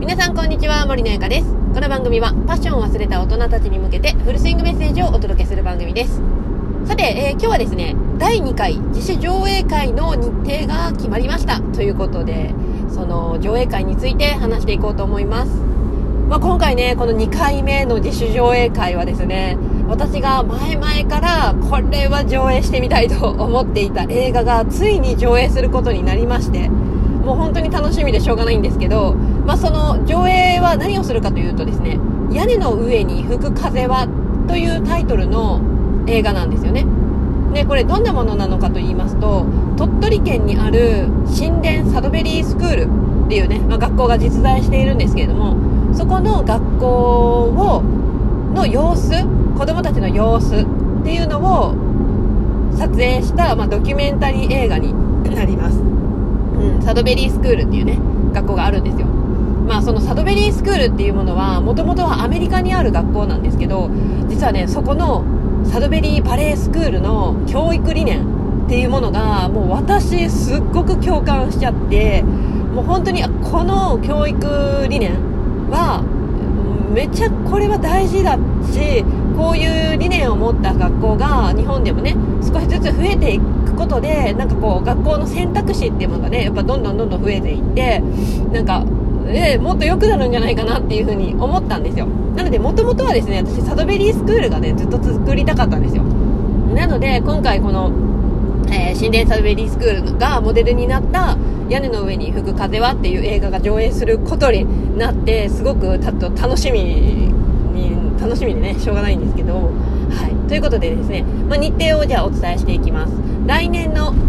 皆さんこんにちは、森のゆかです。この番組はパッションを忘れた大人たちに向けてフルスイングメッセージをお届けする番組です。さて、今日はですね、第2回自主上映会の日程が決まりましたということで、その上映会について話していこうと思います。今回ね、この2回目の自主上映会はですね、私が前々からこれは上映してみたいと思っていた映画がついに上映することになりまして、もう本当に楽しみでしょうがないんですけど、その上映は何をするかというとですね、屋根の上に吹く風はというタイトルの映画なんですよね。で、これどんなものなのかと言いますと、鳥取県にある新田サドベリースクールっていうね、学校が実在しているんですけれども、そこの学校の様子、子供たちの様子っていうのを撮影した、ドキュメンタリー映画になります。サドベリースクールっていうね、学校があるんですよ。そのサドベリースクールっていうものは、もともとはアメリカにある学校なんですけど、実はね、そこのサドベリーバレースクールの教育理念っていうものが、もう私すっごく共感しちゃって、もう本当にこの教育理念はめっちゃこれは大事だし、こういう理念を持った学校が日本でもね少しずつ増えていくことで、学校の選択肢っていうものがねやっぱどんどん増えていって、もっと良くなるんじゃないかなっていうふうに思ったんですよ。なので元々はですね、私サドベリースクールがねずっと作りたかったんですよ。なので今回この、新田サドベリースクールがモデルになった屋根の上に吹く風はっていう映画が上映することになって、すごく楽しみでねしょうがないんですけど、ということでですね、日程をじゃあお伝えしていきます。来年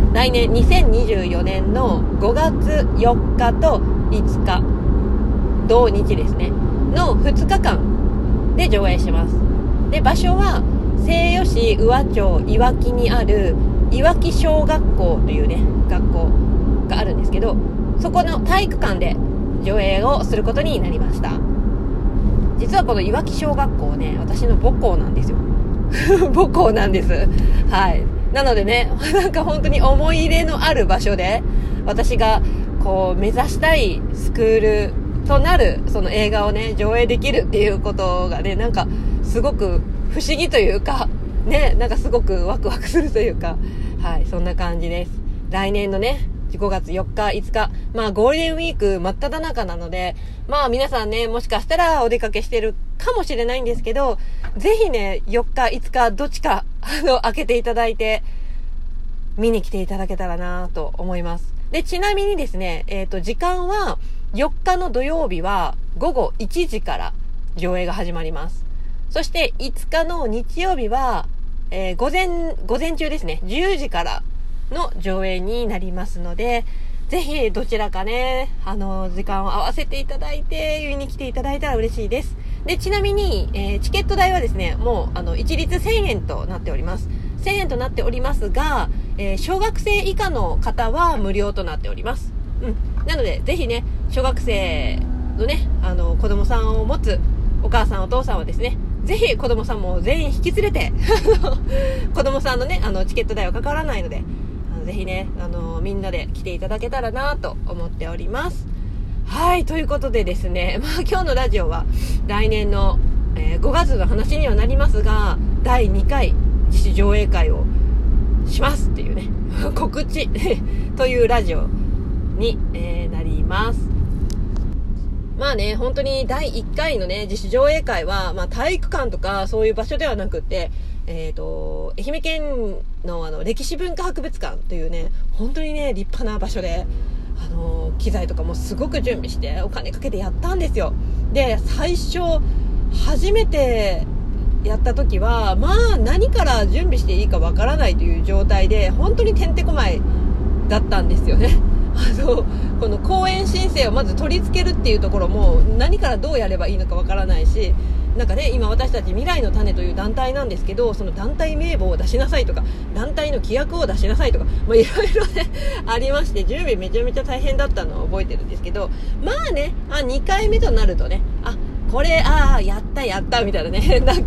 2024年の5月4日と5日同日ですねの2日間で上映します。で、場所は西予市宇和町いわきにあるいわき小学校というね学校があるんですけど、そこの体育館で上映をすることになりました。実はこのいわき小学校ね、私の母校なんですよ母校なんです。なのでね、本当に思い入れのある場所で、私が目指したいスクールとなるその映画をね上映できるっていうことがね、すごく不思議というかね、すごくワクワクするというか、そんな感じです。来年のね5月4日5日、ゴールデンウィーク真っ只中なので、皆さんねもしかしたらお出かけしてるかもしれないんですけど、ぜひね4日5日どっちか開けていただいて見に来ていただけたらなと思います。で、ちなみにですね、時間は4日の土曜日は午後1時から上映が始まります。そして5日の日曜日は、午前中ですね、10時からの上映になりますので、ぜひどちらかね時間を合わせていただいて見に来ていただいたら嬉しいです。で、ちなみに、チケット代はですね、もう一律1000円となっております。1000円となっておりますが、小学生以下の方は無料となっております。なのでぜひね小学生のね子供さんを持つお母さんお父さんはですね、ぜひ子供さんも全員引き連れて子供さんのねチケット代はかからないので、ぜひねみんなで来ていただけたらなと思っております。ということでですね、今日のラジオは来年の、5月の話にはなりますが、第2回自主上映会をしますっていうね告知というラジオに、なります。本当に第1回のね自主上映会は、体育館とかそういう場所ではなくって、愛媛県の歴史文化博物館というね本当にね立派な場所で機材とかもすごく準備してお金かけてやったんですよ。で、最初初めてやった時は何から準備していいかわからないという状態で、本当にてんてこまいだったんですよね。この公演申請をまず取り付けるっていうところも何からどうやればいいのかわからないし、今私たち未来の種という団体なんですけど、その団体名簿を出しなさいとか団体の規約を出しなさいとか、いろいろねありまして、準備めちゃめちゃ大変だったのを覚えてるんですけど、2回目となるとね、これやったみたいなねやっぱ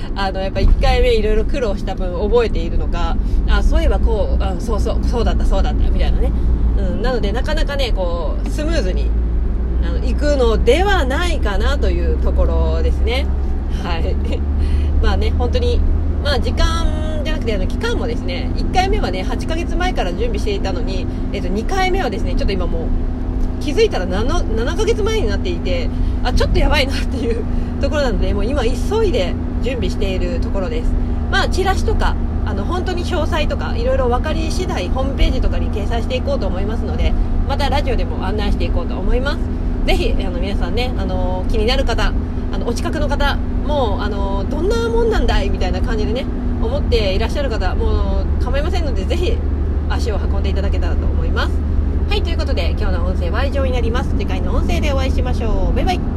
1回目いろいろ苦労した分覚えているのか、そういえばそうだったみたいなね、なのでなかなかねスムーズにいくのではないかなというところですね。はいまあね、本当に、まあ、時間じゃなくて期間もですね、1回目はね8ヶ月前から準備していたのに、2回目はですねちょっと今もう気づいたら 7ヶ月前になっていて、ちょっとやばいなっていうところなので、もう今急いで準備しているところです。まあチラシとか本当に詳細とかいろいろ分かり次第ホームページとかに掲載していこうと思いますので、またラジオでも案内していこうと思います。ぜひ皆さんね、気になる方、お近くの方もどんなもんなんだいみたいな感じでね思っていらっしゃる方もう構いませんので、ぜひ足を運んでいただけたらと思います。はい、ということで今日の音声は以上になります。次回の音声でお会いしましょう。バイバイ。